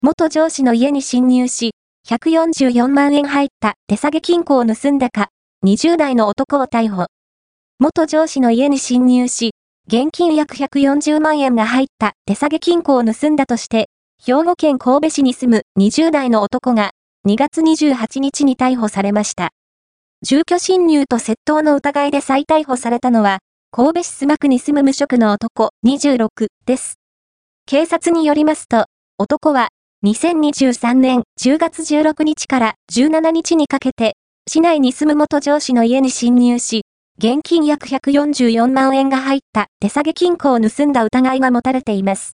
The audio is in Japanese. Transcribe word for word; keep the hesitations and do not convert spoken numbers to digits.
元上司の家に侵入し、ひゃくよんじゅうよんまんえん入った手提げ金庫を盗んだか、にじゅう代の男を逮捕。元上司の家に侵入し、現金約ひゃくよんじゅうまんえんが入った手提げ金庫を盗んだとして、兵庫県神戸市に住むにじゅう代の男がにがつにじゅうはちにちに逮捕されました。住居侵入と窃盗の疑いで再逮捕されたのは、神戸市須磨区に住む無職の男にじゅうろくです。警察によりますと、男はにせんにじゅうさんねんじゅうがつじゅうろくにちからじゅうしちにちにかけて、市内に住む元上司の家に侵入し、現金約ひゃくよんじゅうよんまんえんが入った手提げ金庫を盗んだ疑いが持たれています。